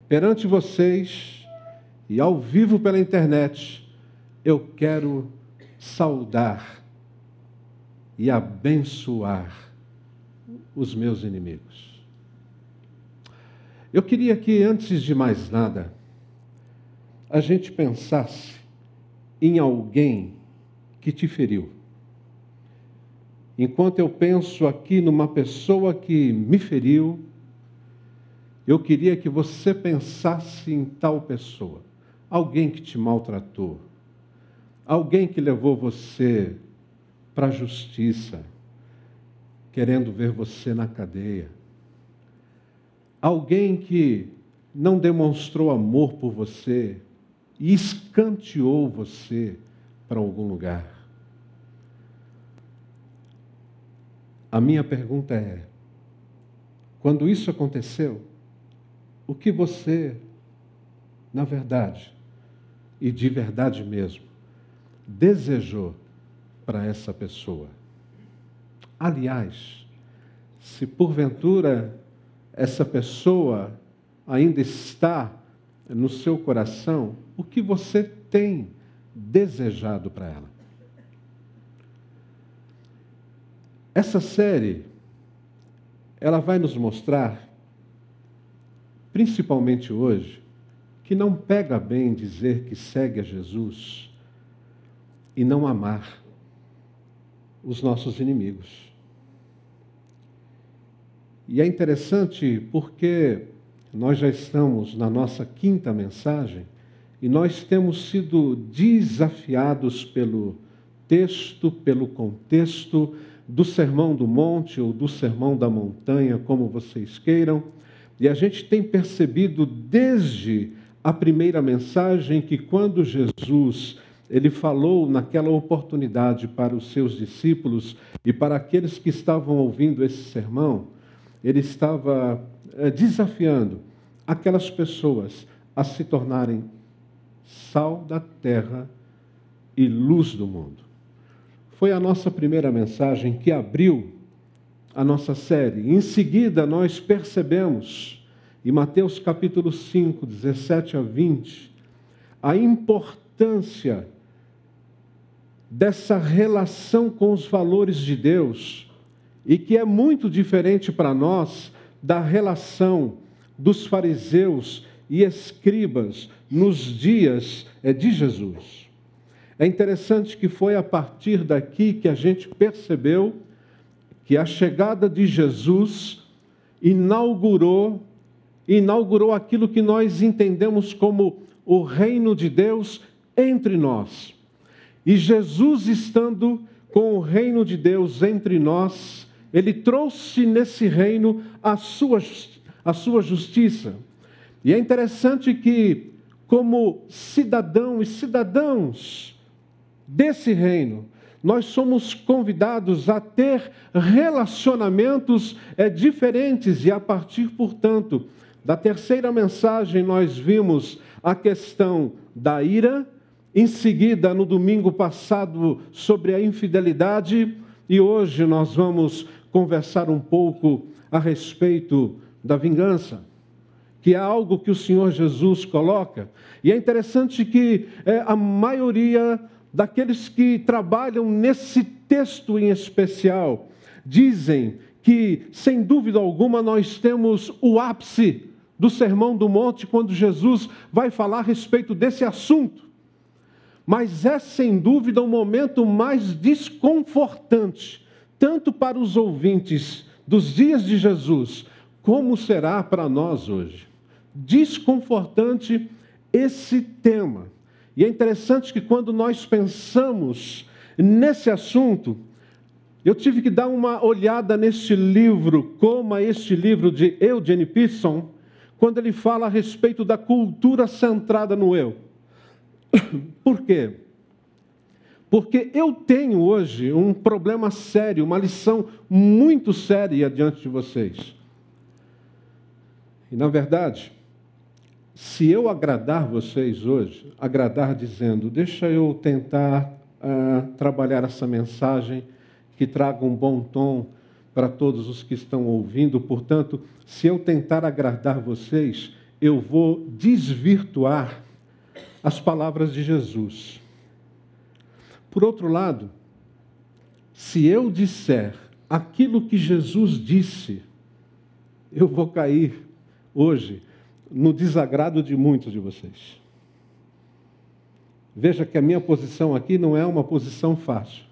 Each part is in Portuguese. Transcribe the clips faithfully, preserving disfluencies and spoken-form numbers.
perante vocês e ao vivo pela internet, eu quero saudar e abençoar os meus inimigos. Eu queria que, antes de mais nada, a gente pensasse em alguém que te feriu. Enquanto eu penso aqui numa pessoa que me feriu, eu queria que você pensasse em tal pessoa. Alguém que te maltratou. Alguém que levou você para a justiça, querendo ver você na cadeia. Alguém que não demonstrou amor por você e escanteou você para algum lugar. A minha pergunta é, quando isso aconteceu, o que você, na verdade, e de verdade mesmo, desejou para essa pessoa? Aliás, se porventura essa pessoa ainda está no seu coração, o que você tem desejado para ela? Essa série, ela vai nos mostrar, principalmente hoje, que não pega bem dizer que segue a Jesus e não amar os nossos inimigos. E é interessante porque nós já estamos na nossa quinta mensagem e nós temos sido desafiados pelo texto, pelo contexto do Sermão do Monte ou do Sermão da Montanha, como vocês queiram, e a gente tem percebido desde a primeira mensagem que quando Jesus ele falou naquela oportunidade para os seus discípulos e para aqueles que estavam ouvindo esse sermão, ele estava é, desafiando aquelas pessoas a se tornarem sal da terra e luz do mundo. Foi a nossa primeira mensagem que abriu a nossa série. Em seguida, nós percebemos, em Mateus capítulo cinco, dezessete a vinte, a importância dessa relação com os valores de Deus e que é muito diferente para nós da relação dos fariseus e escribas nos dias de Jesus. É interessante que foi a partir daqui que a gente percebeu que a chegada de Jesus inaugurou, inaugurou aquilo que nós entendemos como o reino de Deus entre nós. E Jesus estando com o reino de Deus entre nós, ele trouxe nesse reino a sua, a sua justiça. E é interessante que, como cidadão e cidadãos desse reino, nós somos convidados a ter relacionamentos é, diferentes e a partir, portanto, da terceira mensagem nós vimos a questão da ira, em seguida, no domingo passado, sobre a infidelidade e hoje nós vamos conversar um pouco a respeito da vingança, que é algo que o Senhor Jesus coloca. E é interessante que é, a maioria daqueles que trabalham nesse texto em especial, dizem que, sem dúvida alguma, nós temos o ápice do Sermão do Monte, quando Jesus vai falar a respeito desse assunto. Mas é, sem dúvida, o momento mais desconfortante, tanto para os ouvintes dos dias de Jesus, como será para nós hoje. Desconfortante esse tema. E é interessante que quando nós pensamos nesse assunto, eu tive que dar uma olhada neste livro, como este livro de Eugene Peterson, quando ele fala a respeito da cultura centrada no eu. Por quê? Porque eu tenho hoje um problema sério, uma lição muito séria diante de vocês. E, na verdade, se eu agradar vocês hoje, agradar dizendo, deixa eu tentar uh, trabalhar essa mensagem que traga um bom tom para todos os que estão ouvindo, portanto, se eu tentar agradar vocês, eu vou desvirtuar as palavras de Jesus. Por outro lado, se eu disser aquilo que Jesus disse, eu vou cair hoje no desagrado de muitos de vocês. Veja que a minha posição aqui não é uma posição fácil.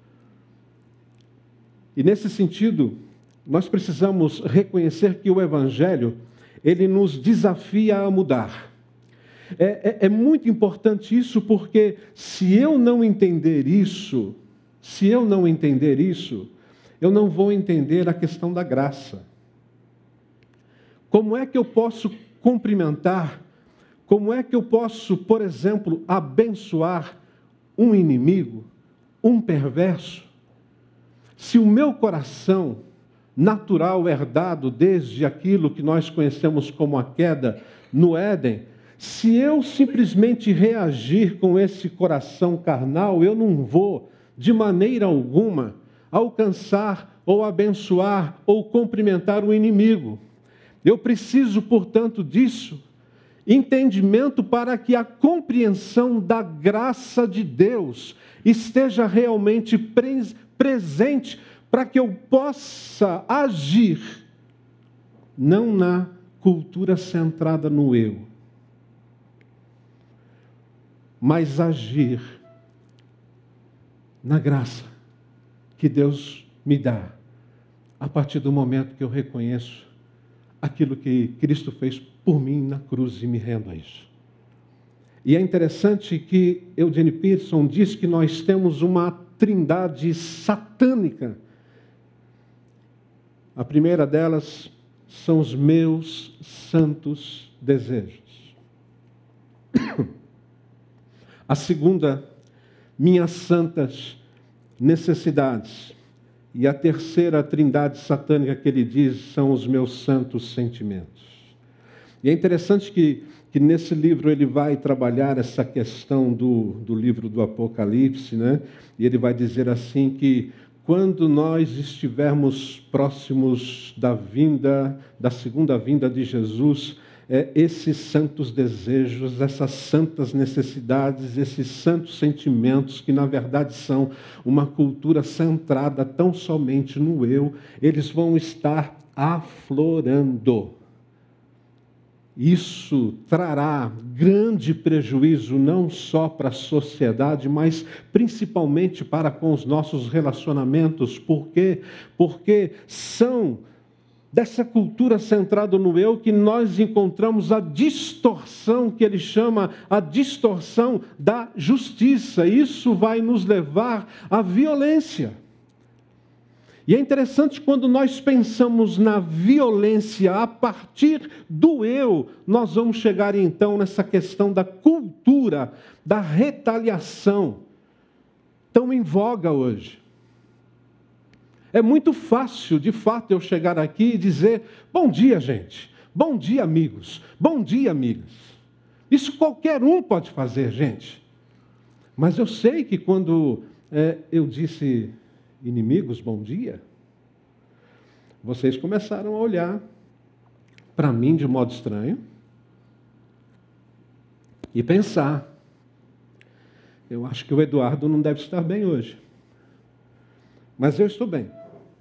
E nesse sentido, nós precisamos reconhecer que o Evangelho, ele nos desafia a mudar. É, é, é muito importante isso, porque se eu não entender isso, se eu não entender isso, eu não vou entender a questão da graça. Como é que eu posso cumprimentar, como é que eu posso, por exemplo, abençoar um inimigo, um perverso, se o meu coração natural, herdado desde aquilo que nós conhecemos como a queda no Éden, se eu simplesmente reagir com esse coração carnal, eu não vou, de maneira alguma, alcançar ou abençoar ou cumprimentar o inimigo. Eu preciso, portanto, disso, entendimento para que a compreensão da graça de Deus esteja realmente presente, presente para que eu possa agir, não na cultura centrada no eu, mas agir na graça que Deus me dá, a partir do momento que eu reconheço aquilo que Cristo fez por mim na cruz e me rendo a isso. E é interessante que Eugene Peterson diz que nós temos uma trindade satânica. A primeira delas são os meus santos desejos. A segunda, minhas santas necessidades. E a terceira trindade satânica que ele diz são os meus santos sentimentos. E é interessante que, que nesse livro ele vai trabalhar essa questão do, do livro do Apocalipse, né? E ele vai dizer assim que quando nós estivermos próximos da vinda, da segunda vinda de Jesus, é, esses santos desejos, essas santas necessidades, esses santos sentimentos, que na verdade são uma cultura centrada tão somente no eu, eles vão estar aflorando. Isso trará grande prejuízo não só para a sociedade, mas principalmente para com os nossos relacionamentos. Por quê? Porque são dessa cultura centrada no eu que nós encontramos a distorção, que ele chama a distorção da justiça. Isso vai nos levar à violência. E é interessante quando nós pensamos na violência a partir do eu, nós vamos chegar então nessa questão da cultura, da retaliação, tão em voga hoje. É muito fácil, de fato, eu chegar aqui e dizer, bom dia, gente, bom dia, amigos, bom dia, amigas. Isso qualquer um pode fazer, gente. Mas eu sei que quando é, eu disse... inimigos, bom dia. Vocês começaram a olhar para mim de modo estranho e pensar, eu acho que o Eduardo não deve estar bem hoje. Mas eu estou bem.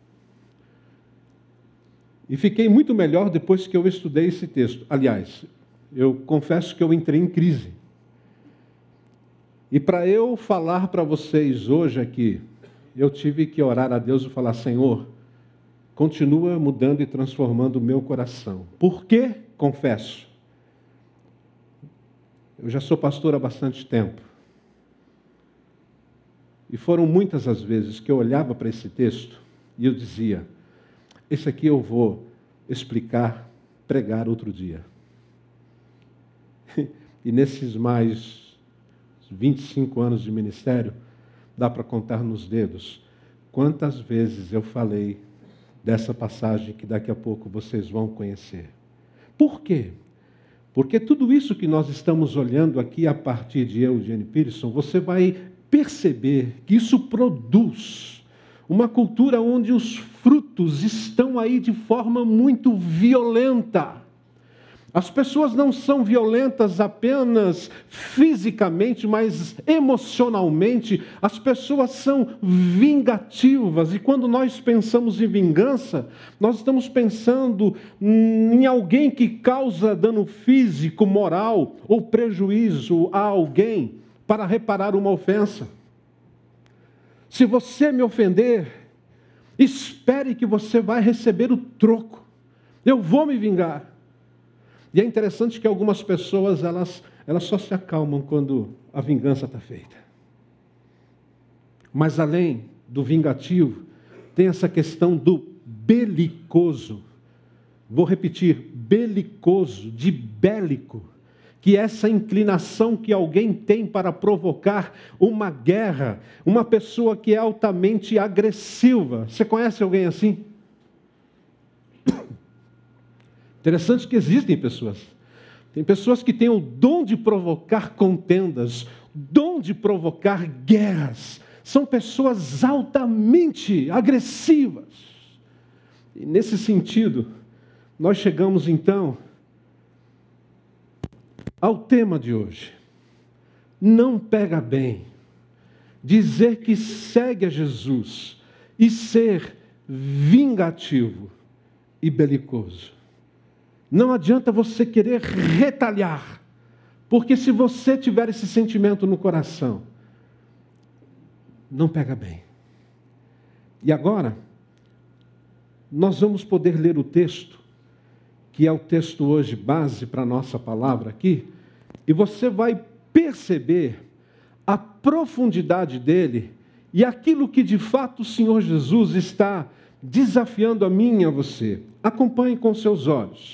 E fiquei muito melhor depois que eu estudei esse texto. Aliás, eu confesso que eu entrei em crise. E para eu falar para vocês hoje aqui, eu tive que orar a Deus e falar, Senhor, continua mudando e transformando o meu coração. Por quê? Confesso. Eu já sou pastor há bastante tempo. E foram muitas as vezes que eu olhava para esse texto e eu dizia, esse aqui eu vou explicar, pregar outro dia. E nesses mais vinte e cinco anos de ministério, dá para contar nos dedos quantas vezes eu falei dessa passagem que daqui a pouco vocês vão conhecer. Por quê? Porque tudo isso que nós estamos olhando aqui a partir de Eugene Peterson, você vai perceber que isso produz uma cultura onde os frutos estão aí de forma muito violenta. As pessoas não são violentas apenas fisicamente, mas emocionalmente. As pessoas são vingativas. E quando nós pensamos em vingança, nós estamos pensando em alguém que causa dano físico, moral ou prejuízo a alguém para reparar uma ofensa. Se você me ofender, espere que você vai receber o troco. Eu vou me vingar. E é interessante que algumas pessoas, elas, elas só se acalmam quando a vingança está feita. Mas além do vingativo, tem essa questão do belicoso. Vou repetir, belicoso, de bélico, que é essa inclinação que alguém tem para provocar uma guerra, uma pessoa que é altamente agressiva. Você conhece alguém assim? Interessante que existem pessoas. Tem pessoas que têm o dom de provocar contendas, dom de provocar guerras. São pessoas altamente agressivas. E nesse sentido, nós chegamos então ao tema de hoje. Não pega bem dizer que segue a Jesus e ser vingativo e belicoso. Não adianta você querer retalhar, porque se você tiver esse sentimento no coração, não pega bem. E agora, nós vamos poder ler o texto, que é o texto hoje base para a nossa palavra aqui, e você vai perceber a profundidade dele e aquilo que de fato o Senhor Jesus está desafiando a mim e a você. Acompanhe com seus olhos.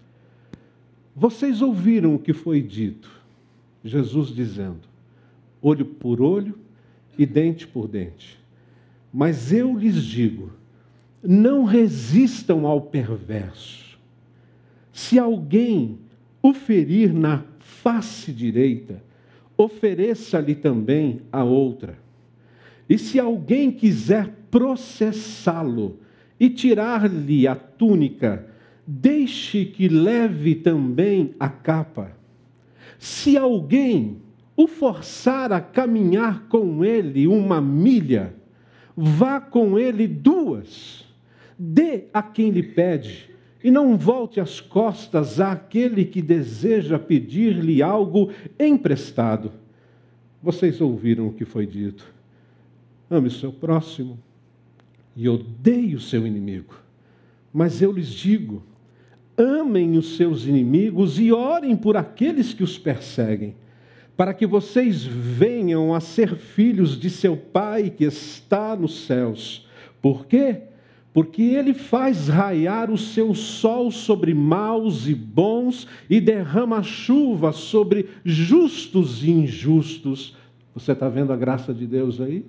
Vocês ouviram o que foi dito, Jesus dizendo, olho por olho e dente por dente. Mas eu lhes digo, não resistam ao perverso. Se alguém o ferir na face direita, ofereça-lhe também a outra. E se alguém quiser processá-lo e tirar-lhe a túnica, deixe que leve também a capa. Se alguém o forçar a caminhar com ele uma milha, vá com ele duas. Dê a quem lhe pede, e não volte as costas àquele que deseja pedir-lhe algo emprestado. Vocês ouviram o que foi dito. Ame o seu próximo e odeie o seu inimigo. Mas eu lhes digo, amem os seus inimigos e orem por aqueles que os perseguem, para que vocês venham a ser filhos de seu Pai que está nos céus. Por quê? Porque ele faz raiar o seu sol sobre maus e bons e derrama chuva sobre justos e injustos. Você está vendo a graça de Deus aí?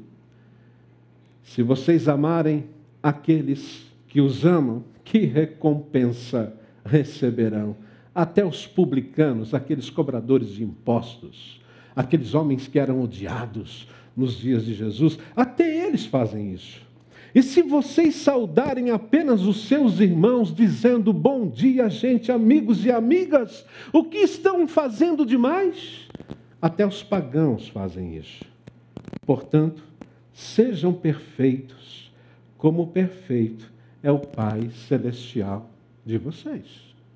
Se vocês amarem aqueles que os amam, que recompensa receberão? Até os publicanos, aqueles cobradores de impostos, aqueles homens que eram odiados nos dias de Jesus, até eles fazem isso. E se vocês saudarem apenas os seus irmãos, dizendo bom dia, gente, amigos e amigas, o que estão fazendo demais? Até os pagãos fazem isso. Portanto, sejam perfeitos, como perfeito é o Pai Celestial de vocês.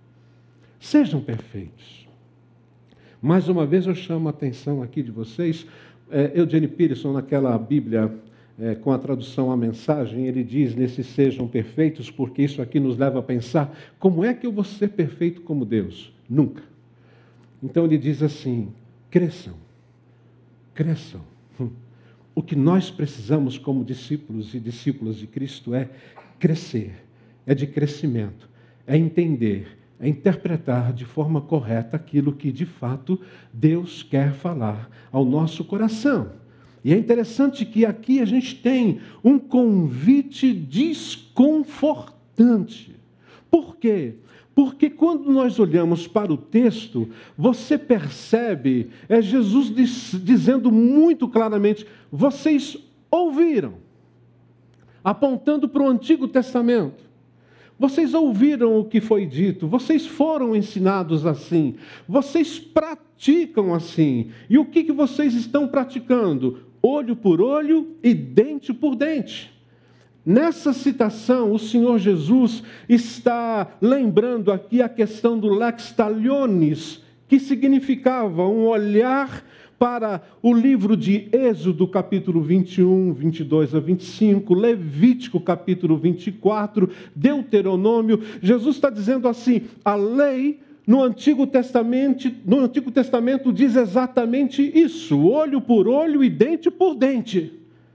Sejam perfeitos. Mais uma vez eu chamo a atenção aqui de vocês, é, Eugene Peterson, naquela Bíblia, é, com a tradução à mensagem, ele diz, nesses sejam perfeitos, porque isso aqui nos leva a pensar, como é que eu vou ser perfeito como Deus? Nunca. Então ele diz assim, cresçam, cresçam. O que nós precisamos como discípulos e discípulas de Cristo é crescer, é de crescimento, é entender, é interpretar de forma correta aquilo que de fato Deus quer falar ao nosso coração. E é interessante que aqui a gente tem um convite desconfortante. Por quê? Porque quando nós olhamos para o texto, você percebe, é Jesus diz, dizendo muito claramente, vocês ouviram, apontando para o Antigo Testamento. Vocês ouviram o que foi dito, vocês foram ensinados assim, vocês praticam assim. E o que, que vocês estão praticando? Olho por olho e dente por dente. Nessa citação, o Senhor Jesus está lembrando aqui a questão do lex talionis, que significava um olhar para o livro de Êxodo, capítulo vinte e um, vinte e dois a vinte e cinco, Levítico, capítulo vinte e quatro, Deuteronômio. Jesus está dizendo assim, a lei no Antigo Testamento, no Antigo Testamento diz exatamente isso, olho por olho e dente por dente.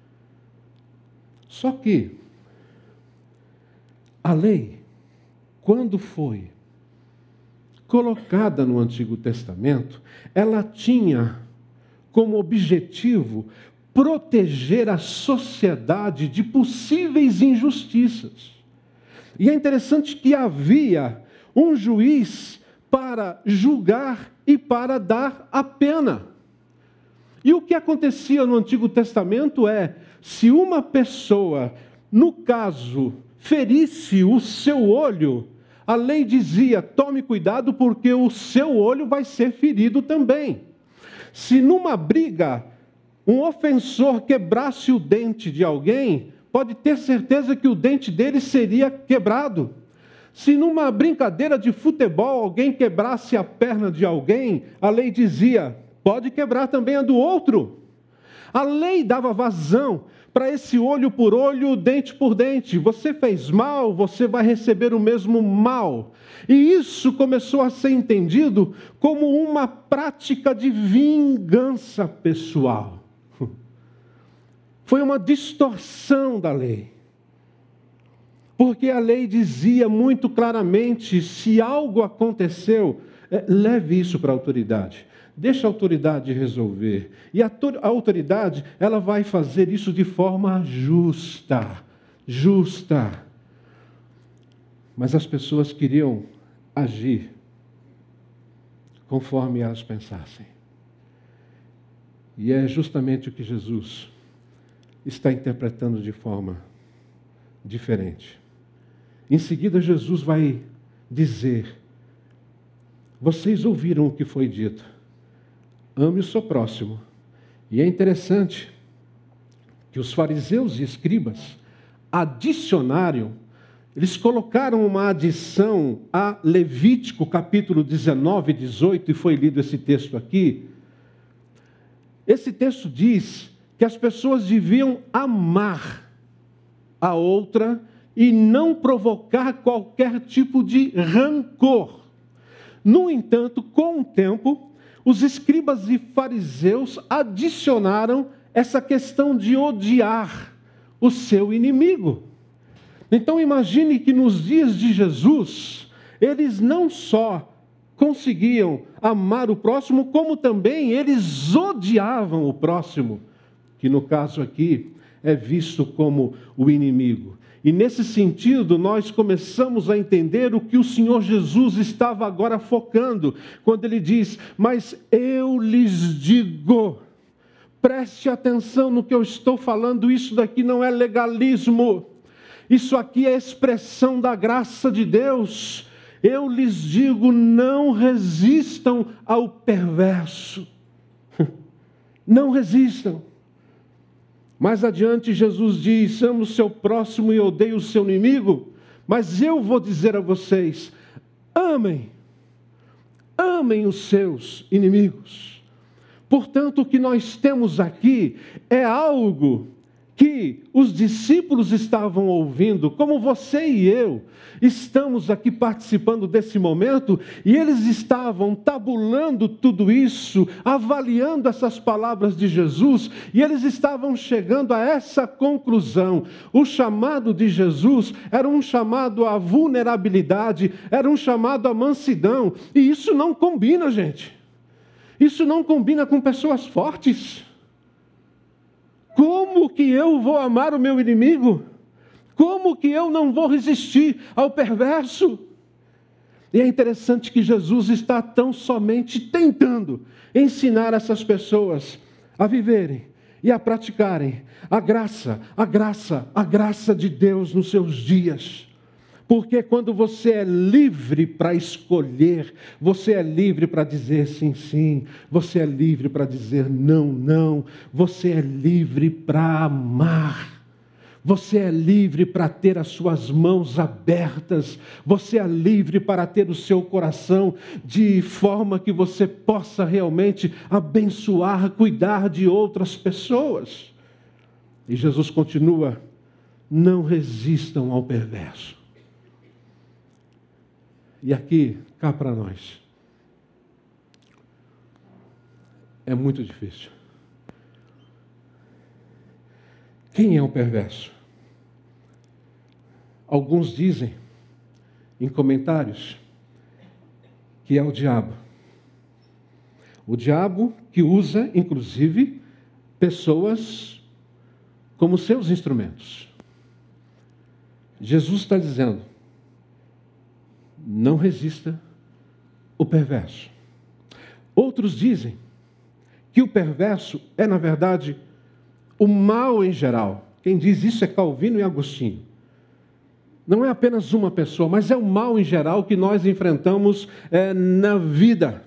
Só que a lei, quando foi colocada no Antigo Testamento, ela tinha como objetivo proteger a sociedade de possíveis injustiças. E é interessante que havia um juiz para julgar e para dar a pena. E o que acontecia no Antigo Testamento é, se uma pessoa, no caso, ferisse o seu olho, a lei dizia, tome cuidado porque o seu olho vai ser ferido também. Se numa briga, um ofensor quebrasse o dente de alguém, pode ter certeza que o dente dele seria quebrado. Se numa brincadeira de futebol, alguém quebrasse a perna de alguém, a lei dizia, pode quebrar também a do outro. A lei dava vazão para esse olho por olho, dente por dente. Você fez mal, você vai receber o mesmo mal. E isso começou a ser entendido como uma prática de vingança pessoal. Foi uma distorção da lei. Porque a lei dizia muito claramente, se algo aconteceu, leve isso para a autoridade. Deixa a autoridade resolver. E a autoridade, ela vai fazer isso de forma justa. Justa. Mas as pessoas queriam agir conforme elas pensassem. E é justamente o que Jesus está interpretando de forma diferente. Em seguida, Jesus vai dizer, vocês ouviram o que foi dito, ame o seu próximo. E é interessante que os fariseus e escribas adicionaram, eles colocaram uma adição a Levítico capítulo dezenove e dezoito, e foi lido esse texto aqui. Esse texto diz que as pessoas deviam amar a outra e não provocar qualquer tipo de rancor. No entanto, com o tempo, os escribas e fariseus adicionaram essa questão de odiar o seu inimigo. Então imagine que nos dias de Jesus, eles não só conseguiam amar o próximo, como também eles odiavam o próximo, que no caso aqui é visto como o inimigo. E nesse sentido, nós começamos a entender o que o Senhor Jesus estava agora focando, quando ele diz, mas eu lhes digo, preste atenção no que eu estou falando, isso daqui não é legalismo, isso aqui é expressão da graça de Deus. Eu lhes digo, não resistam ao perverso. Não resistam. Mais adiante, Jesus diz, ame o seu próximo e odeie o seu inimigo. Mas eu vou dizer a vocês, amem, amem os seus inimigos. Portanto, o que nós temos aqui é algo que os discípulos estavam ouvindo, como você e eu estamos aqui participando desse momento, e eles estavam tabulando tudo isso, avaliando essas palavras de Jesus, e eles estavam chegando a essa conclusão. O chamado de Jesus era um chamado à vulnerabilidade, era um chamado à mansidão, e isso não combina, gente. Isso não combina com pessoas fortes. Como que eu vou amar o meu inimigo? Como que eu não vou resistir ao perverso? E é interessante que Jesus está tão somente tentando ensinar essas pessoas a viverem e a praticarem a graça, a graça, a graça de Deus nos seus dias. Porque quando você é livre para escolher, você é livre para dizer sim, sim, você é livre para dizer não, não, você é livre para amar. Você é livre para ter as suas mãos abertas, você é livre para ter o seu coração de forma que você possa realmente abençoar, cuidar de outras pessoas. E Jesus continua: não resistam ao perverso. E aqui, cá para nós, é muito difícil. Quem é o perverso? Alguns dizem, em comentários, que é o diabo. O diabo que usa, inclusive, pessoas como seus instrumentos. Jesus está dizendo: não resista o perverso. Outros dizem que o perverso é, na verdade, o mal em geral. Quem diz isso é Calvino e Agostinho. Não é apenas uma pessoa, mas é o mal em geral que nós enfrentamos é, na vida.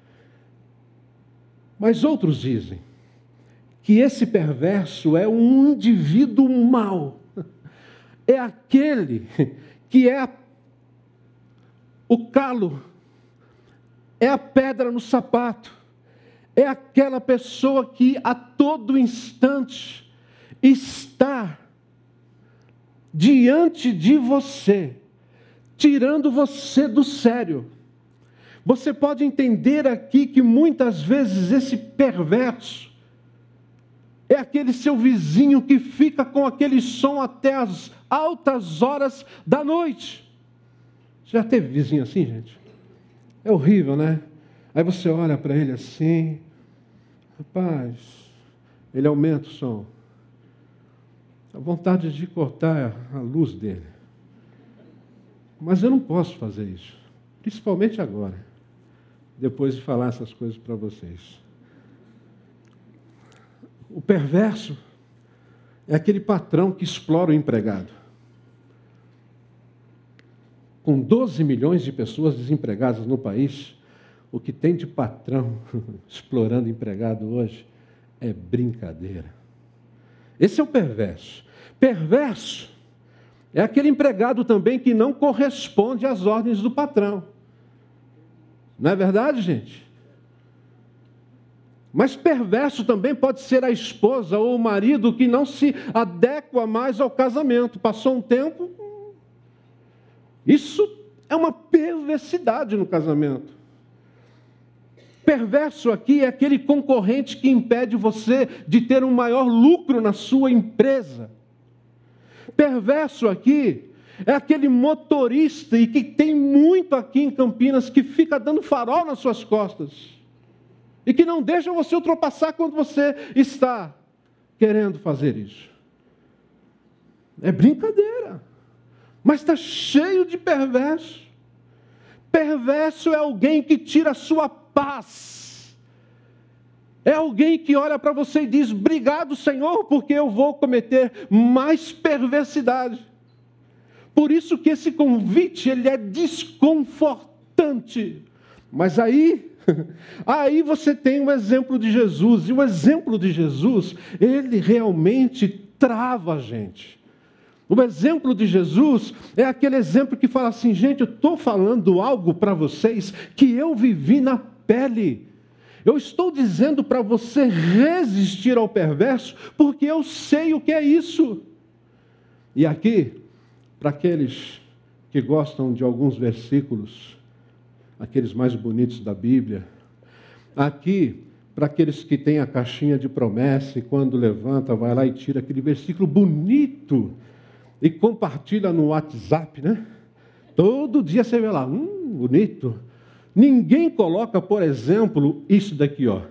Mas outros dizem que esse perverso é um indivíduo mau. É aquele que é a, o calo, é a pedra no sapato, é aquela pessoa que a todo instante está diante de você, tirando você do sério. Você pode entender aqui que muitas vezes esse perverso é aquele seu vizinho que fica com aquele som até as altas horas da noite. Já teve vizinho assim, gente? É horrível, né? Aí você olha para ele assim, rapaz, ele aumenta o som. A vontade de cortar a luz dele. Mas eu não posso fazer isso. Principalmente agora. Depois de falar essas coisas para vocês. O perverso é aquele patrão que explora o empregado. Com doze milhões de pessoas desempregadas no país, o que tem de patrão explorando empregado hoje é brincadeira. Esse é o perverso. Perverso é aquele empregado também que não corresponde às ordens do patrão. Não é verdade, gente? Mas perverso também pode ser a esposa ou o marido que não se adequa mais ao casamento. Passou um tempo, isso é uma perversidade no casamento. Perverso aqui é aquele concorrente que impede você de ter um maior lucro na sua empresa. Perverso aqui é aquele motorista, e que tem muito aqui em Campinas, que fica dando farol nas suas costas. E que não deixa você ultrapassar quando você está querendo fazer isso. É brincadeira. Mas está cheio de perverso. Perverso é alguém que tira a sua paz. É alguém que olha para você e diz: obrigado, Senhor, porque eu vou cometer mais perversidade. Por isso que esse convite, ele é desconfortante. Mas aí, aí você tem o exemplo de Jesus. E o exemplo de Jesus, ele realmente trava a gente. O exemplo de Jesus é aquele exemplo que fala assim: gente, eu estou falando algo para vocês que eu vivi na pele. Eu estou dizendo para você resistir ao perverso, porque eu sei o que é isso. E aqui, para aqueles que gostam de alguns versículos, aqueles mais bonitos da Bíblia, aqui, para aqueles que têm a caixinha de promessa e quando levanta, vai lá e tira aquele versículo bonito e compartilha no WhatsApp, né? Todo dia você vê lá, hum, bonito. Ninguém coloca, por exemplo, isso daqui, ó.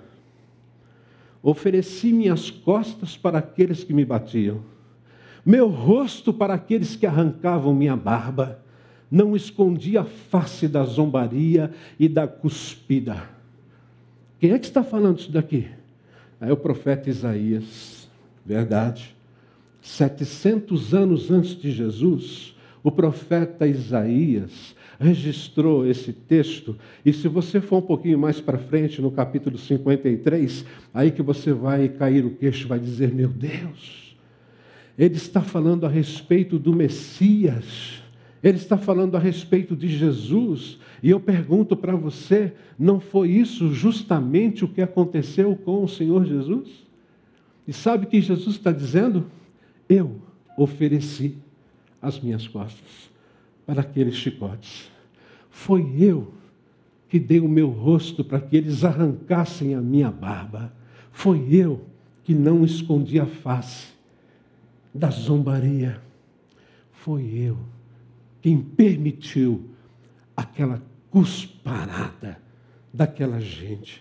Ofereci minhas costas para aqueles que me batiam, meu rosto para aqueles que arrancavam minha barba. Não escondi a face da zombaria e da cuspida. Quem é que está falando isso daqui? É o profeta Isaías. Verdade. setecentos anos antes de Jesus, O profeta Isaías registrou esse texto, e se você for um pouquinho mais para frente, no capítulo cinquenta e três, aí que você vai cair o queixo, vai dizer, meu Deus, ele está falando a respeito do Messias, ele está falando a respeito de Jesus, e eu pergunto para você, não foi isso justamente o que aconteceu com o Senhor Jesus? E sabe o que Jesus está dizendo? Eu ofereci as minhas costas para aqueles chicotes. Foi eu que dei o meu rosto para que eles arrancassem a minha barba. Foi eu que não escondi a face da zombaria. Foi eu quem permitiu aquela cusparada daquela gente.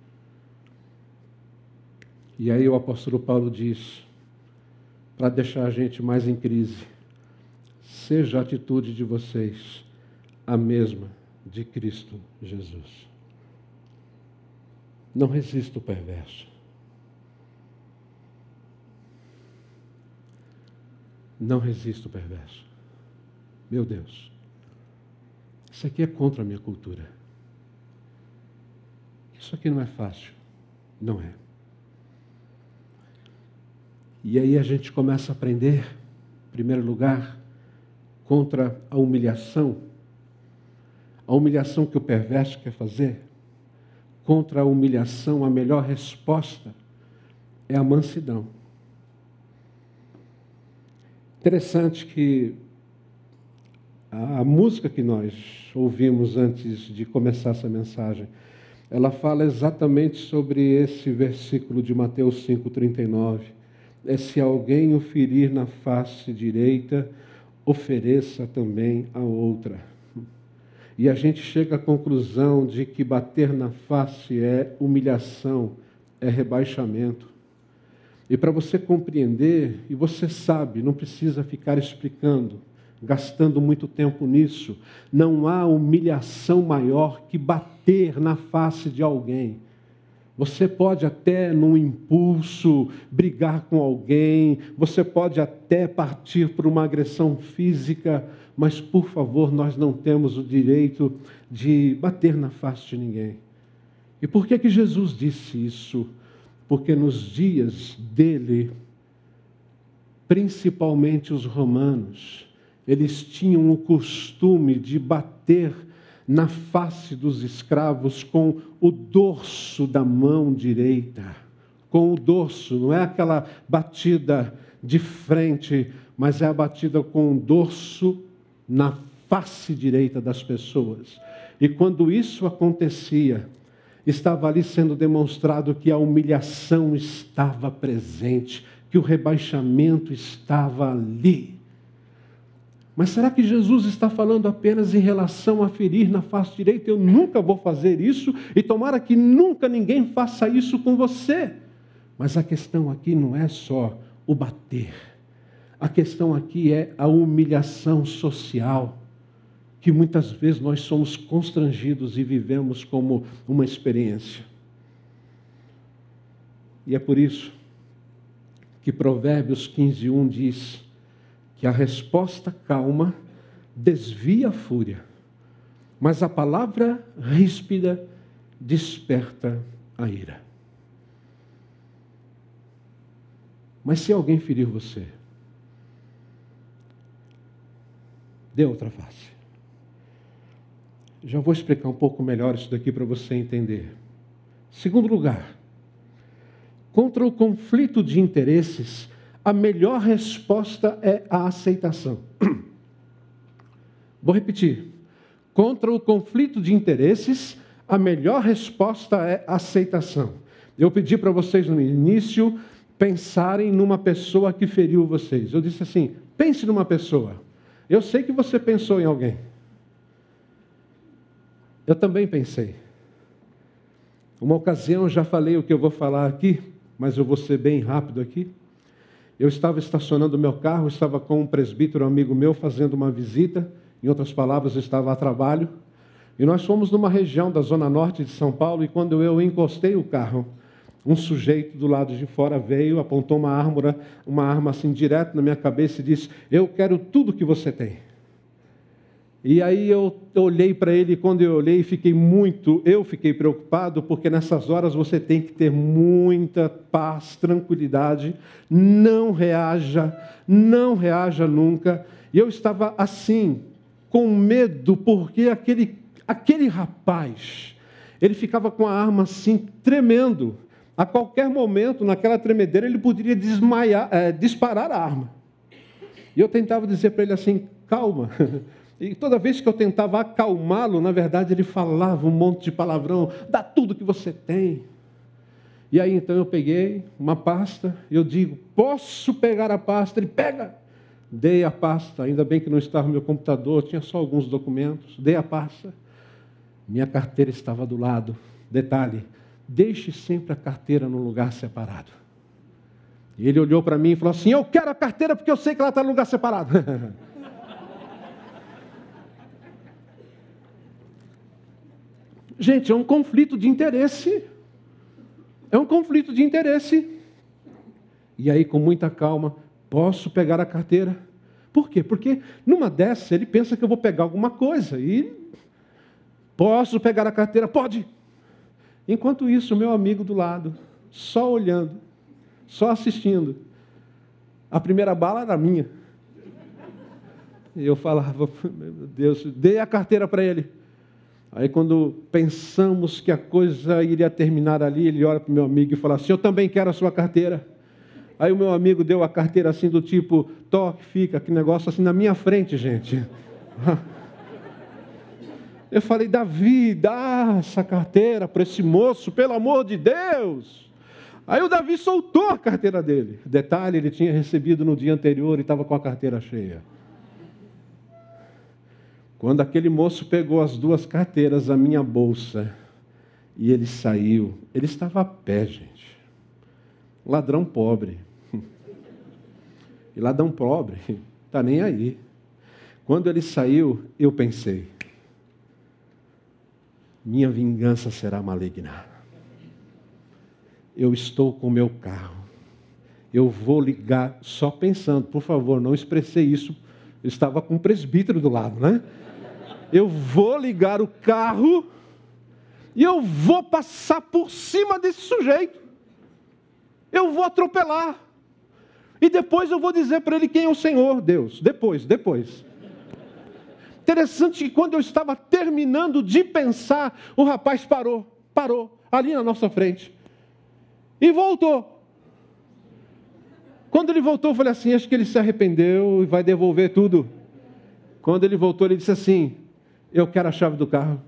E aí o apóstolo Paulo diz, para deixar a gente mais em crise, seja a atitude de vocês a mesma de Cristo Jesus. Não resista o perverso. Não resista o perverso. Meu Deus, isso aqui é contra a minha cultura. Isso aqui não é fácil. Não é. E aí a gente começa a aprender, em primeiro lugar, contra a humilhação, a humilhação que o perverso quer fazer, contra a humilhação, a melhor resposta é a mansidão. Interessante que a, a música que nós ouvimos antes de começar essa mensagem, ela fala exatamente sobre esse versículo de Mateus cinco, trinta e nove. É se alguém o ferir na face direita, ofereça também a outra. E a gente chega à conclusão de que bater na face é humilhação, é rebaixamento. E para você compreender, e você sabe, não precisa ficar explicando, gastando muito tempo nisso, não há humilhação maior que bater na face de alguém. Você pode até, num impulso, brigar com alguém, você pode até partir por uma agressão física, mas, por favor, nós não temos o direito de bater na face de ninguém. E por que que Jesus disse isso? Porque nos dias dele, principalmente os romanos, eles tinham o costume de bater na face dos escravos com o dorso da mão direita. Com o dorso, não é aquela batida de frente, mas é a batida com o dorso na face direita das pessoas. E quando isso acontecia, estava ali sendo demonstrado que a humilhação estava presente, que o rebaixamento estava ali. Mas será que Jesus está falando apenas em relação a ferir na face direita? Eu nunca vou fazer isso e tomara que nunca ninguém faça isso com você. Mas a questão aqui não é só o bater. A questão aqui é a humilhação social, que muitas vezes nós somos constrangidos e vivemos como uma experiência. E é por isso que Provérbios quinze, um diz que a resposta calma desvia a fúria, mas a palavra ríspida desperta a ira. Mas se alguém ferir você, dê outra face. Já vou explicar um pouco melhor isso daqui para você entender. Segundo lugar, contra o conflito de interesses, a melhor resposta é a aceitação. Vou repetir. Contra o conflito de interesses, a melhor resposta é a aceitação. Eu pedi para vocês no início pensarem numa pessoa que feriu vocês. Eu disse assim, pense numa pessoa. Eu sei que você pensou em alguém. Eu também pensei. Uma ocasião eu já falei o que eu vou falar aqui, mas eu vou ser bem rápido aqui. Eu estava estacionando o meu carro, estava com um presbítero amigo meu fazendo uma visita, em outras palavras, eu estava a trabalho, e nós fomos numa região da zona norte de São Paulo, e quando eu encostei o carro, um sujeito do lado de fora veio, apontou uma arma, uma arma assim direto na minha cabeça e disse, eu quero tudo que você tem. E aí eu olhei para ele, e quando eu olhei, fiquei muito, eu fiquei preocupado, porque nessas horas você tem que ter muita paz, tranquilidade, não reaja, não reaja nunca. E eu estava assim, com medo, porque aquele, aquele rapaz, ele ficava com a arma assim, tremendo. A qualquer momento, naquela tremedeira, ele poderia desmaiar, é, disparar a arma. E eu tentava dizer para ele assim, calma. E toda vez que eu tentava acalmá-lo, na verdade, ele falava um monte de palavrão, dá tudo que você tem. E aí, então, eu peguei uma pasta, eu digo, posso pegar a pasta? Ele pega. Dei a pasta, ainda bem que não estava no meu computador, tinha só alguns documentos. Dei a pasta, minha carteira estava do lado. Detalhe, deixe sempre a carteira num lugar separado. E ele olhou para mim e falou assim, eu quero a carteira porque eu sei que ela está no lugar separado. Gente, é um conflito de interesse. É um conflito de interesse. E aí, com muita calma, posso pegar a carteira? Por quê? Porque numa dessas ele pensa que eu vou pegar alguma coisa. E posso pegar a carteira? Pode. Enquanto isso, o meu amigo do lado, só olhando, só assistindo. A primeira bala era minha. E eu falava, meu Deus, dei a carteira para ele. Aí quando pensamos que a coisa iria terminar ali, ele olha para o meu amigo e fala assim, eu também quero a sua carteira. Aí o meu amigo deu a carteira assim do tipo, toque, fica, que negócio assim na minha frente, gente. Eu falei, Davi, dá essa carteira para esse moço, pelo amor de Deus. Aí o Davi soltou a carteira dele. Detalhe, ele tinha recebido no dia anterior e estava com a carteira cheia. Quando aquele moço pegou as duas carteiras, a minha bolsa, e ele saiu, ele estava a pé, gente. Ladrão pobre. E ladrão pobre, está nem aí. Quando ele saiu, eu pensei, minha vingança será maligna. Eu estou com o meu carro. Eu vou ligar, só pensando, por favor, não expressei isso. Eu estava com um presbítero do lado, né? Eu vou ligar o carro e eu vou passar por cima desse sujeito. Eu vou atropelar. E depois eu vou dizer para ele quem é o Senhor, Deus. Depois, depois. Interessante que quando eu estava terminando de pensar, o rapaz parou, parou, ali na nossa frente. E voltou. Quando ele voltou, eu falei assim, acho que ele se arrependeu e vai devolver tudo. Quando ele voltou, ele disse assim, eu quero a chave do carro.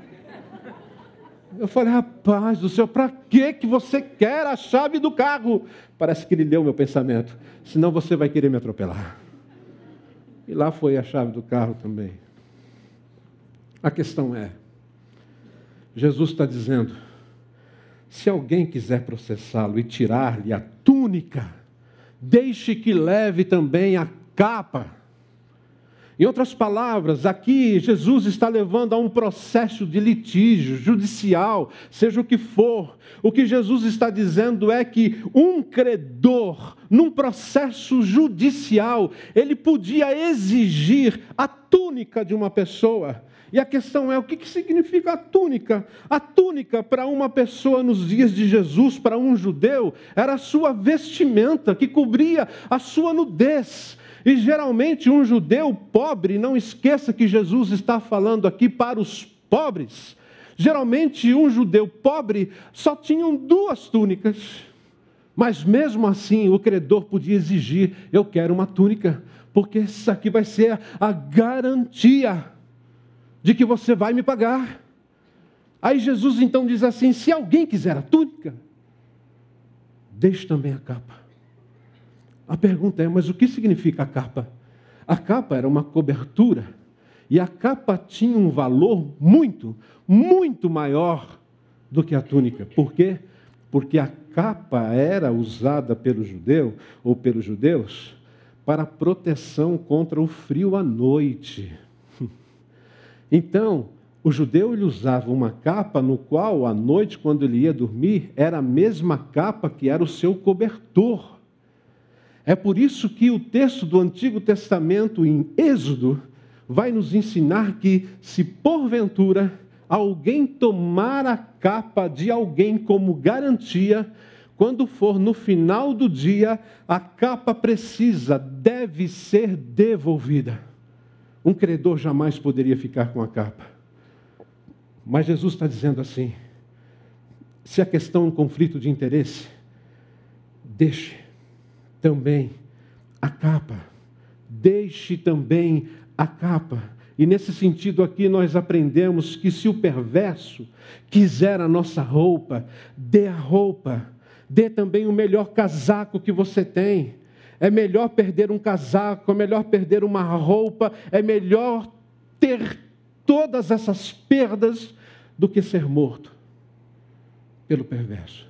Eu falei, rapaz do céu, para que que você quer a chave do carro? Parece que ele leu o meu pensamento. Senão você vai querer me atropelar. E lá foi a chave do carro também. A questão é, Jesus está dizendo, se alguém quiser processá-lo e tirar-lhe a túnica, deixe que leve também a capa. Em outras palavras, aqui Jesus está levando a um processo de litígio judicial, seja o que for. O que Jesus está dizendo é que um credor, num processo judicial, ele podia exigir a túnica de uma pessoa. E a questão é, o que que significa a túnica? A túnica para uma pessoa nos dias de Jesus, para um judeu, era a sua vestimenta que cobria a sua nudez. E geralmente um judeu pobre, não esqueça que Jesus está falando aqui para os pobres. Geralmente um judeu pobre só tinha duas túnicas. Mas mesmo assim o credor podia exigir, eu quero uma túnica, porque isso aqui vai ser a garantia de que você vai me pagar. Aí Jesus então diz assim, se alguém quiser a túnica, deixe também a capa. A pergunta é, mas o que significa a capa? A capa era uma cobertura, e a capa tinha um valor muito, muito maior do que a túnica. Por quê? Porque a capa era usada pelo judeu, ou pelos judeus, para proteção contra o frio à noite. Então, o judeu ele usava uma capa no qual, à noite, quando ele ia dormir, era a mesma capa que era o seu cobertor. É por isso que o texto do Antigo Testamento, em Êxodo, vai nos ensinar que, se porventura alguém tomar a capa de alguém como garantia, quando for no final do dia, a capa precisa, deve ser devolvida. Um credor jamais poderia ficar com a capa. Mas Jesus está dizendo assim: se a questão é um conflito de interesse, deixe também a capa. Deixe também a capa. E nesse sentido aqui nós aprendemos que se o perverso quiser a nossa roupa, dê a roupa. Dê também o melhor casaco que você tem. É melhor perder um casaco, é melhor perder uma roupa, é melhor ter todas essas perdas do que ser morto pelo perverso.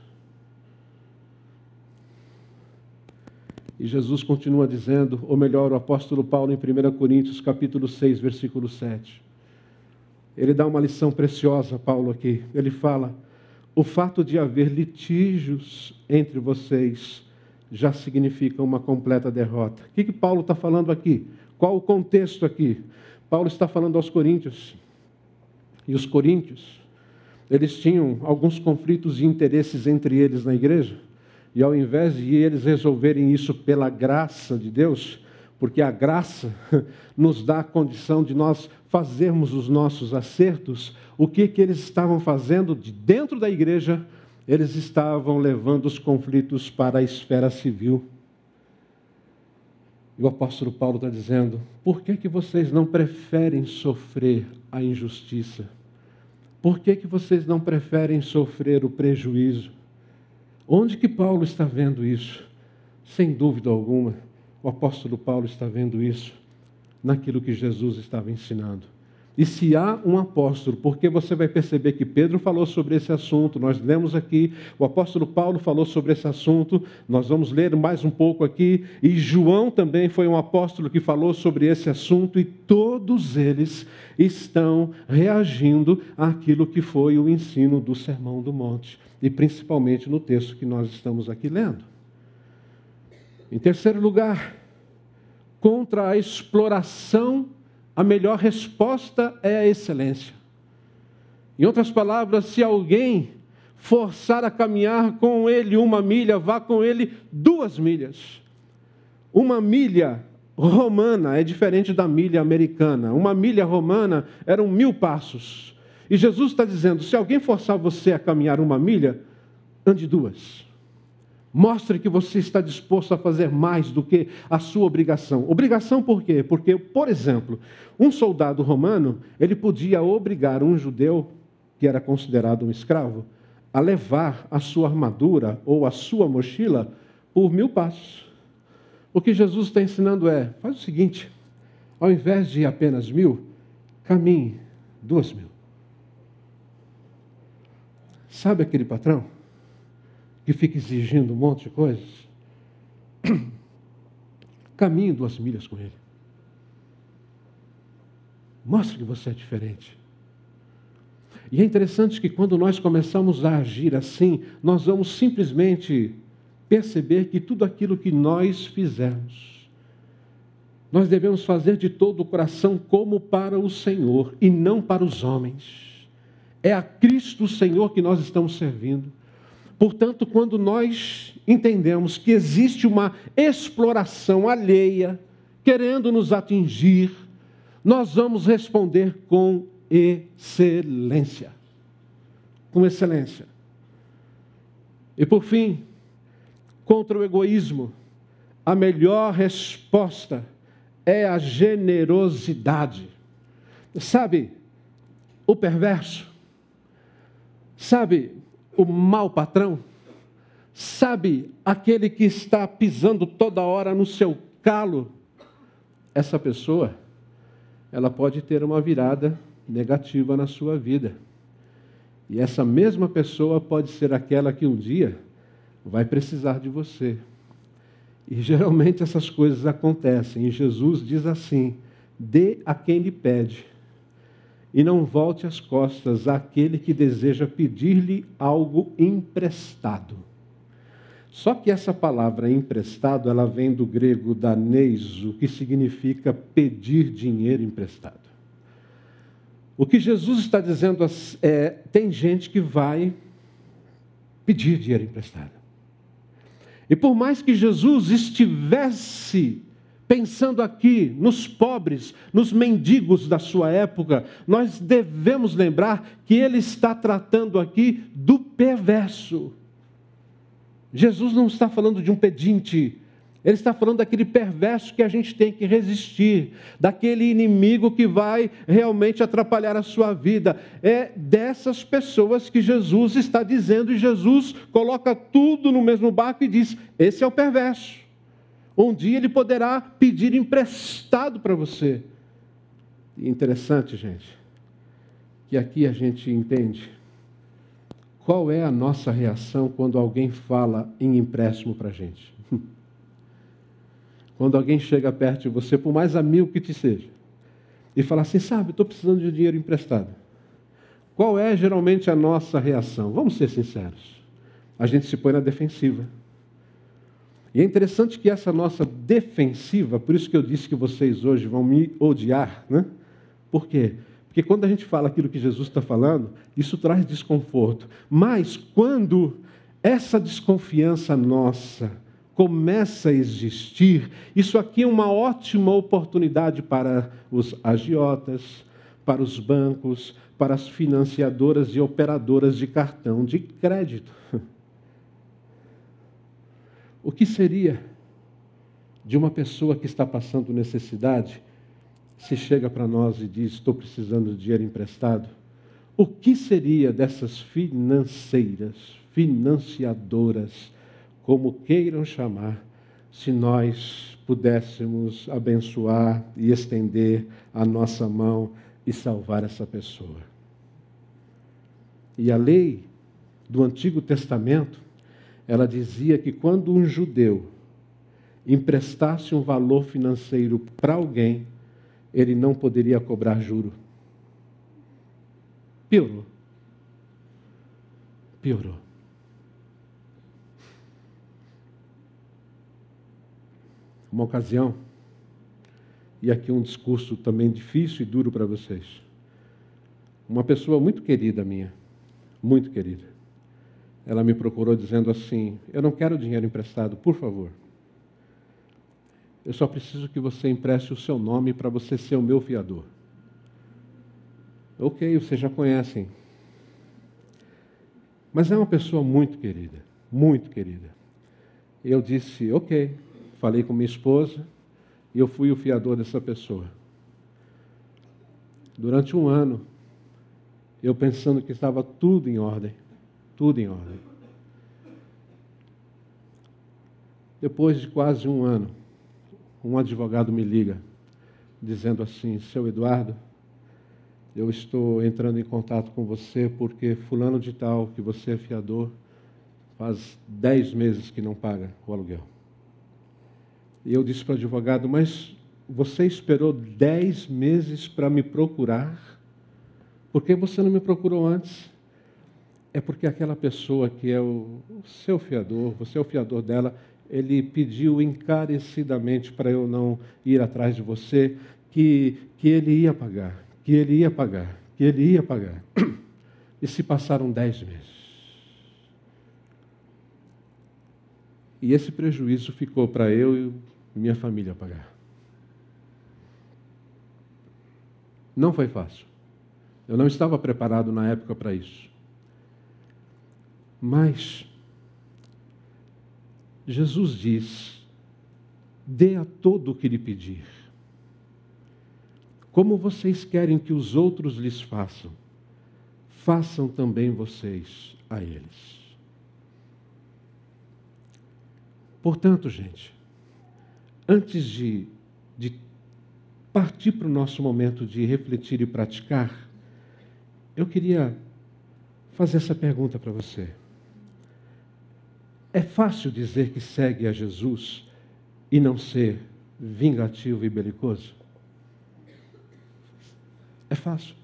E Jesus continua dizendo, ou melhor, o apóstolo Paulo em primeira Coríntios, capítulo seis, versículo sete. Ele dá uma lição preciosa, Paulo, aqui. Ele fala: o fato de haver litígios entre vocês já significa uma completa derrota. O que, que Paulo está falando aqui? Qual o contexto aqui? Paulo está falando aos coríntios. E os coríntios, eles tinham alguns conflitos de interesses entre eles na igreja. E ao invés de eles resolverem isso pela graça de Deus, porque a graça nos dá a condição de nós fazermos os nossos acertos, o que, que eles estavam fazendo de dentro da igreja? Eles estavam levando os conflitos para a esfera civil. E o apóstolo Paulo está dizendo: por que, que vocês não preferem sofrer a injustiça? Por que, que vocês não preferem sofrer o prejuízo? Onde que Paulo está vendo isso? Sem dúvida alguma, o apóstolo Paulo está vendo isso naquilo que Jesus estava ensinando. E se há um apóstolo, porque você vai perceber que Pedro falou sobre esse assunto, nós lemos aqui, o apóstolo Paulo falou sobre esse assunto, nós vamos ler mais um pouco aqui, e João também foi um apóstolo que falou sobre esse assunto, e todos eles estão reagindo àquilo que foi o ensino do Sermão do Monte, e principalmente no texto que nós estamos aqui lendo. Em terceiro lugar, contra a exploração, a melhor resposta é a excelência. Em outras palavras, se alguém forçar a caminhar com ele uma milha, vá com ele duas milhas. Uma milha romana é diferente da milha americana. Uma milha romana eram mil passos. E Jesus está dizendo, se alguém forçar você a caminhar uma milha, ande duas. Mostre que você está disposto a fazer mais do que a sua obrigação. Obrigação por quê? Porque, por exemplo, um soldado romano, ele podia obrigar um judeu, que era considerado um escravo, a levar a sua armadura ou a sua mochila por mil passos. O que Jesus está ensinando é, faz o seguinte, ao invés de apenas mil, caminhe duas mil. Sabe aquele patrão que fica exigindo um monte de coisas? Caminhe duas milhas com ele. Mostre que você é diferente. E é interessante que quando nós começamos a agir assim, nós vamos simplesmente perceber que tudo aquilo que nós fizermos, nós devemos fazer de todo o coração como para o Senhor e não para os homens. É a Cristo Senhor que nós estamos servindo. Portanto, quando nós entendemos que existe uma exploração alheia, querendo nos atingir, nós vamos responder com excelência. Com excelência. E por fim, contra o egoísmo, a melhor resposta é a generosidade. Sabe, o perverso, sabe, o mau patrão, sabe, aquele que está pisando toda hora no seu calo, essa pessoa, ela pode ter uma virada negativa na sua vida. E essa mesma pessoa pode ser aquela que um dia vai precisar de você. E geralmente essas coisas acontecem. E Jesus diz assim, dê a quem lhe pede. E não volte as costas àquele que deseja pedir-lhe algo emprestado. Só que essa palavra emprestado, ela vem do grego daneizo, que significa pedir dinheiro emprestado. O que Jesus está dizendo é, tem gente que vai pedir dinheiro emprestado. E por mais que Jesus estivesse pensando aqui nos pobres, nos mendigos da sua época, nós devemos lembrar que ele está tratando aqui do perverso. Jesus não está falando de um pedinte, ele está falando daquele perverso que a gente tem que resistir, daquele inimigo que vai realmente atrapalhar a sua vida. É dessas pessoas que Jesus está dizendo, e Jesus coloca tudo no mesmo barco e diz: esse é o perverso. Um dia ele poderá pedir emprestado para você. E interessante, gente, que aqui a gente entende qual é a nossa reação quando alguém fala em empréstimo para a gente. Quando alguém chega perto de você, por mais amigo que te seja, e fala assim: sabe, estou precisando de dinheiro emprestado. Qual é geralmente a nossa reação? Vamos ser sinceros. A gente se põe na defensiva. E é interessante que essa nossa defensiva, por isso que eu disse que vocês hoje vão me odiar, né? Por quê? Porque quando a gente fala aquilo que Jesus está falando, isso traz desconforto. Mas quando essa desconfiança nossa começa a existir, isso aqui é uma ótima oportunidade para os agiotas, para os bancos, para as financiadoras e operadoras de cartão de crédito. O que seria de uma pessoa que está passando necessidade, se chega para nós e diz: estou precisando de dinheiro emprestado? O que seria dessas financeiras, financiadoras, como queiram chamar, se nós pudéssemos abençoar e estender a nossa mão e salvar essa pessoa? E a lei do Antigo Testamento, ela dizia que quando um judeu emprestasse um valor financeiro para alguém, ele não poderia cobrar juro. Piorou. Piorou. Uma ocasião, e aqui um discurso também difícil e duro para vocês. Uma pessoa muito querida minha, muito querida, ela me procurou dizendo assim: eu não quero dinheiro emprestado, por favor. Eu só preciso que você empreste o seu nome para você ser o meu fiador. Ok, vocês já conhecem. Mas é uma pessoa muito querida, muito querida. Eu disse, ok, falei com minha esposa e eu fui o fiador dessa pessoa. Durante um ano, eu pensando que estava tudo em ordem, tudo em ordem. Depois de quase um ano, um advogado me liga, dizendo assim: seu Eduardo, eu estou entrando em contato com você porque fulano de tal, que você é fiador, faz dez meses que não paga o aluguel. E eu disse para o advogado: mas você esperou dez meses para me procurar? Por que você não me procurou antes? É porque aquela pessoa que é o seu fiador, você é o fiador dela, ele pediu encarecidamente para eu não ir atrás de você, que, que ele ia pagar, que ele ia pagar, que ele ia pagar. E se passaram dez meses. E esse prejuízo ficou para eu e minha família pagar. Não foi fácil. Eu não estava preparado na época para isso. Mas Jesus diz: dê a todo o que lhe pedir. Como vocês querem que os outros lhes façam, façam também vocês a eles. Portanto, gente, antes de, de partir para o nosso momento de refletir e praticar, eu queria fazer essa pergunta para você. É fácil dizer que segue a Jesus e não ser vingativo e belicoso? É fácil.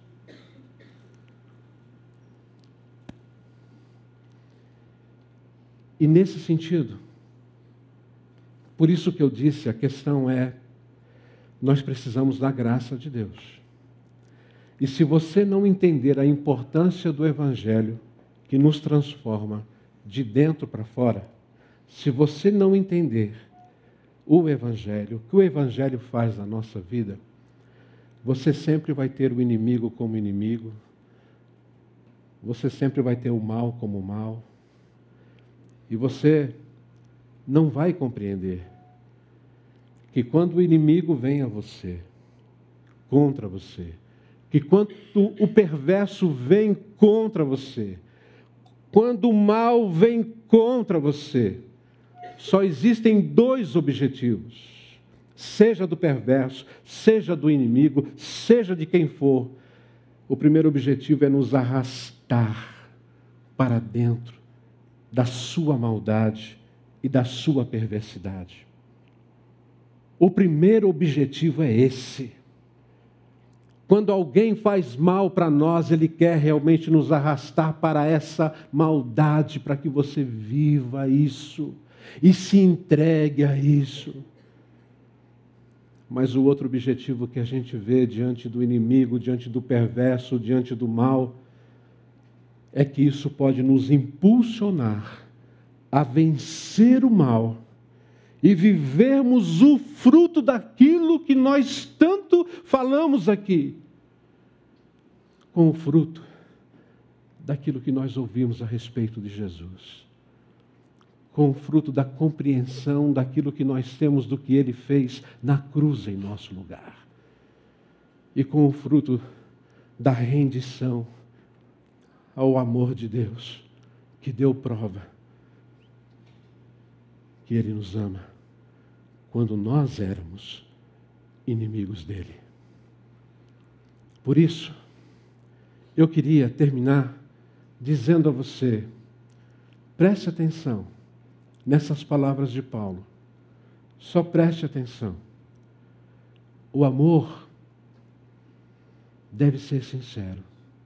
E nesse sentido, por isso que eu disse, a questão é, nós precisamos da graça de Deus. E se você não entender a importância do Evangelho, que nos transforma de dentro para fora, se você não entender o Evangelho, o que o Evangelho faz na nossa vida, você sempre vai ter o inimigo como inimigo, você sempre vai ter o mal como mal, e você não vai compreender que quando o inimigo vem a você, contra você, que quando o perverso vem contra você, quando o mal vem contra você, só existem dois objetivos, seja do perverso, seja do inimigo, seja de quem for. O primeiro objetivo é nos arrastar para dentro da sua maldade e da sua perversidade. O primeiro objetivo é esse. Quando alguém faz mal para nós, ele quer realmente nos arrastar para essa maldade, para que você viva isso e se entregue a isso. Mas o outro objetivo que a gente vê diante do inimigo, diante do perverso, diante do mal, é que isso pode nos impulsionar a vencer o mal e vivermos o fruto daquilo que nós tanto falamos aqui, com o fruto daquilo que nós ouvimos a respeito de Jesus, com o fruto da compreensão daquilo que nós temos do que Ele fez na cruz em nosso lugar, e com o fruto da rendição ao amor de Deus, que deu prova que Ele nos ama, quando nós éramos inimigos dEle. Por isso, eu queria terminar dizendo a você, preste atenção nessas palavras de Paulo. Só preste atenção. O amor deve ser sincero.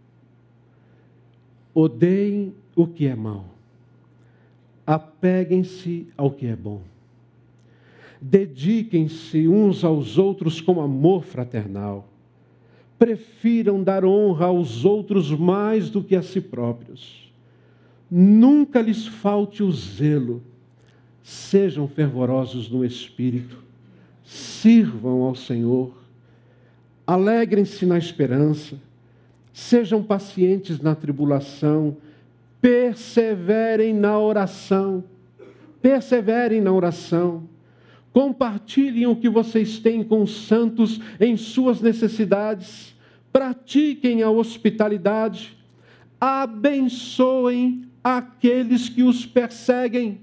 Odeiem o que é mau. Apeguem-se ao que é bom. Dediquem-se uns aos outros com amor fraternal. Prefiram dar honra aos outros mais do que a si próprios. Nunca lhes falte o zelo. Sejam fervorosos no espírito. Sirvam ao Senhor. Alegrem-se na esperança. Sejam pacientes na tribulação. Perseverem na oração. Perseverem na oração. Compartilhem o que vocês têm com os santos em suas necessidades. Pratiquem a hospitalidade. Abençoem aqueles que os perseguem.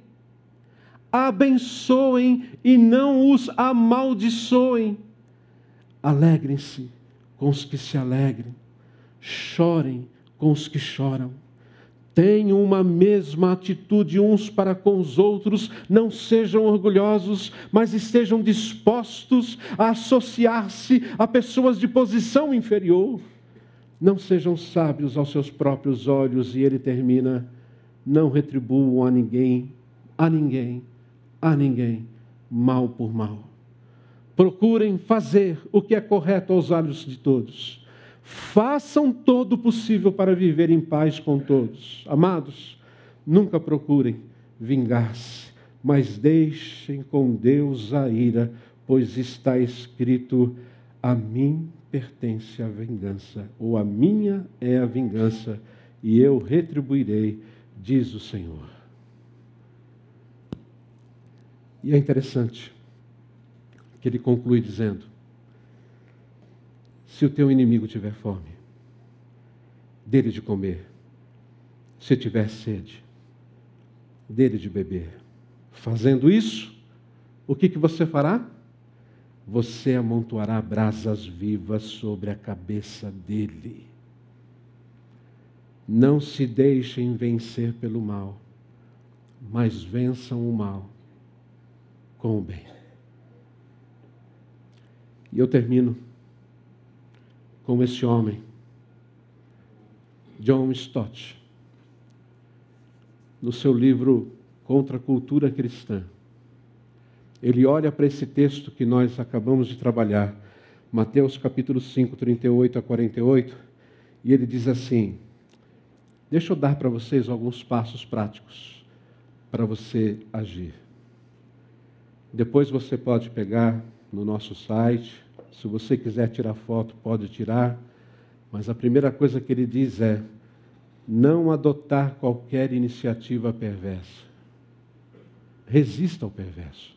Abençoem e não os amaldiçoem. Alegrem-se com os que se alegrem. Chorem com os que choram. Tenham uma mesma atitude uns para com os outros, não sejam orgulhosos, mas estejam dispostos a associar-se a pessoas de posição inferior. Não sejam sábios aos seus próprios olhos, e ele termina, não retribuam a ninguém, a ninguém, a ninguém, mal por mal. Procurem fazer o que é correto aos olhos de todos. Façam todo o possível para viver em paz com todos. Amados, nunca procurem vingar-se, mas deixem com Deus a ira, pois está escrito, a mim pertence a vingança, ou a minha é a vingança, e eu retribuirei, diz o Senhor. E é interessante que ele conclui dizendo, se o teu inimigo tiver fome, dê-lhe de comer. Se tiver sede, dê-lhe de beber. Fazendo isso, o que, que você fará? Você amontoará brasas vivas sobre a cabeça dele. Não se deixem vencer pelo mal, mas vençam o mal com o bem. E eu termino com esse homem, John Stott, no seu livro contra a cultura cristã. Ele olha para esse texto que nós acabamos de trabalhar, Mateus capítulo cinco, trinta e oito a quarenta e oito, e ele diz assim: deixa eu dar para vocês alguns passos práticos para você agir. Depois você pode pegar no nosso site, se você quiser tirar foto, pode tirar, mas a primeira coisa que ele diz é: não adotar qualquer iniciativa perversa. Resista ao perverso.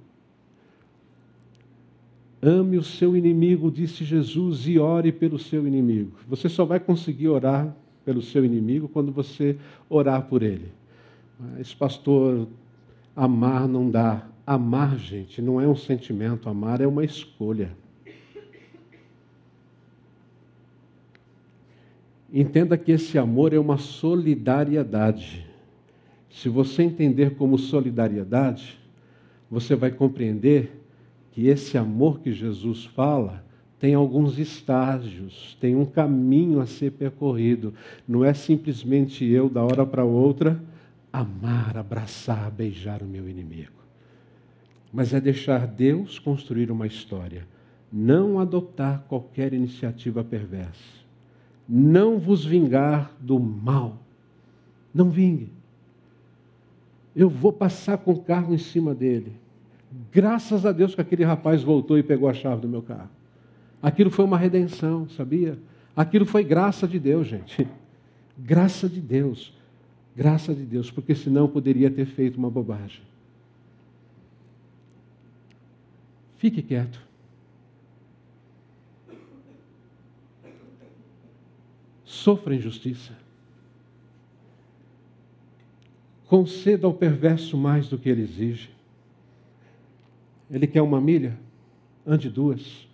Ame o seu inimigo, disse Jesus, e ore pelo seu inimigo. Você só vai conseguir orar pelo seu inimigo quando você orar por ele. Mas, pastor, amar não dá. Amar, gente, não é um sentimento. Amar é uma escolha. Entenda que esse amor é uma solidariedade. Se você entender como solidariedade, você vai compreender que esse amor que Jesus fala tem alguns estágios, tem um caminho a ser percorrido. Não é simplesmente eu, da hora para outra, amar, abraçar, beijar o meu inimigo. Mas é deixar Deus construir uma história. Não adotar qualquer iniciativa perversa. Não vos vingar do mal. Não vingue. Eu vou passar com o carro em cima dele. Graças a Deus que aquele rapaz voltou e pegou a chave do meu carro. Aquilo foi uma redenção, sabia? Aquilo foi graça de Deus, gente. Graça de Deus. Graça de Deus, porque senão eu poderia ter feito uma bobagem. Fique quieto. Sofra injustiça. Conceda ao perverso mais do que ele exige. Ele quer uma milha? Ande duas.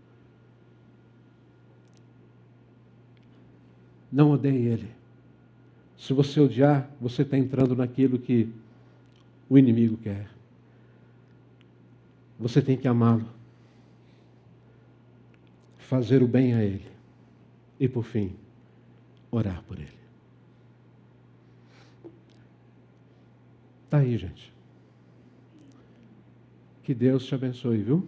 Não odeie ele. Se você odiar, você está entrando naquilo que o inimigo quer. Você tem que amá-lo. Fazer o bem a ele. E, por fim, orar por ele. Está aí, gente. Que Deus te abençoe, viu?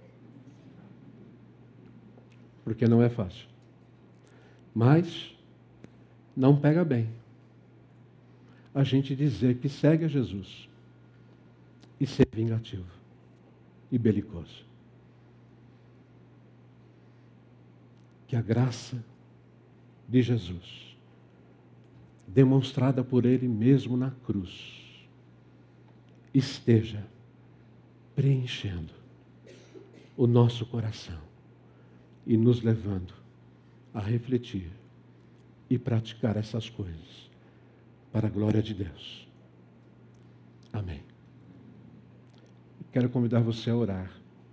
Porque não é fácil. Mas não pega bem a gente dizer que segue a Jesus e ser vingativo e belicoso. Que a graça de Jesus, demonstrada por Ele mesmo na cruz, esteja preenchendo o nosso coração e nos levando a refletir e praticar essas coisas para a glória de Deus. Amém. Quero convidar você a orar.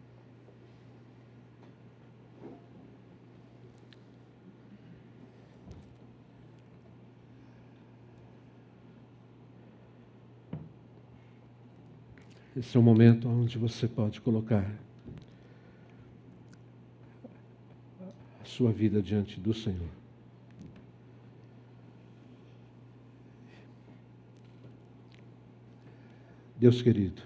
Esse é o momento onde você pode colocar a sua vida diante do Senhor. Deus querido,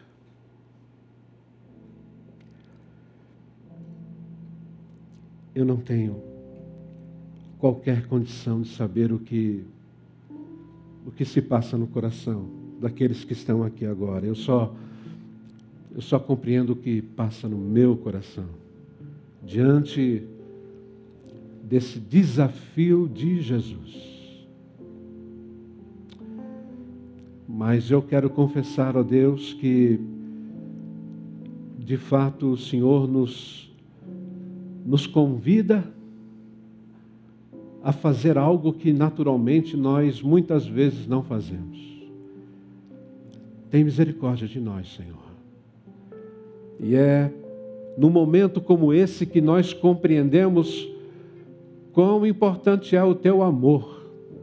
eu não tenho qualquer condição de saber o que, o que se passa no coração daqueles que estão aqui agora. Eu só Eu só compreendo o que passa no meu coração, diante desse desafio de Jesus. Mas eu quero confessar a Deus que, de fato, o Senhor nos, nos convida a fazer algo que naturalmente nós muitas vezes não fazemos. Tem misericórdia de nós, Senhor. E é num momento como esse que nós compreendemos quão importante é o teu amor.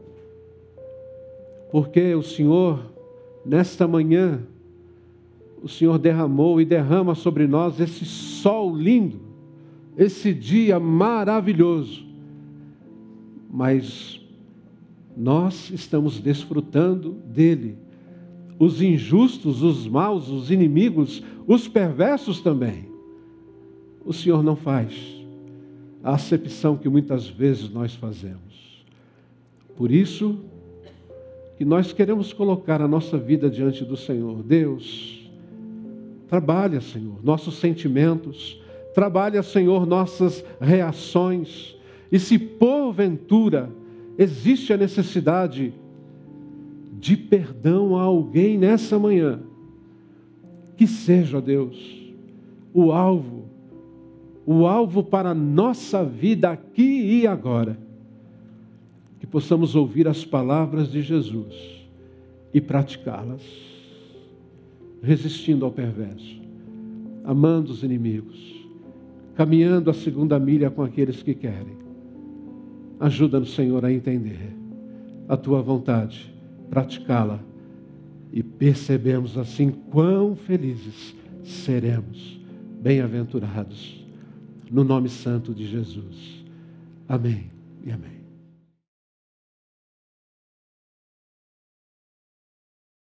Porque o Senhor, nesta manhã, o Senhor derramou e derrama sobre nós esse sol lindo, esse dia maravilhoso. Mas nós estamos desfrutando dele, os injustos, os maus, os inimigos, os perversos também. O Senhor não faz a acepção que muitas vezes nós fazemos. Por isso que nós queremos colocar a nossa vida diante do Senhor. Deus, trabalha, Senhor, nossos sentimentos, trabalha, Senhor, nossas reações. E se porventura existe a necessidade de perdão a alguém nessa manhã, que seja, Deus, o alvo, o alvo para a nossa vida aqui e agora. Que possamos ouvir as palavras de Jesus e praticá-las, resistindo ao perverso, amando os inimigos, caminhando a segunda milha com aqueles que querem. Ajuda-nos, Senhor, a entender a Tua vontade, praticá-la, e percebemos assim quão felizes seremos, bem-aventurados, no nome santo de Jesus. Amém e amém.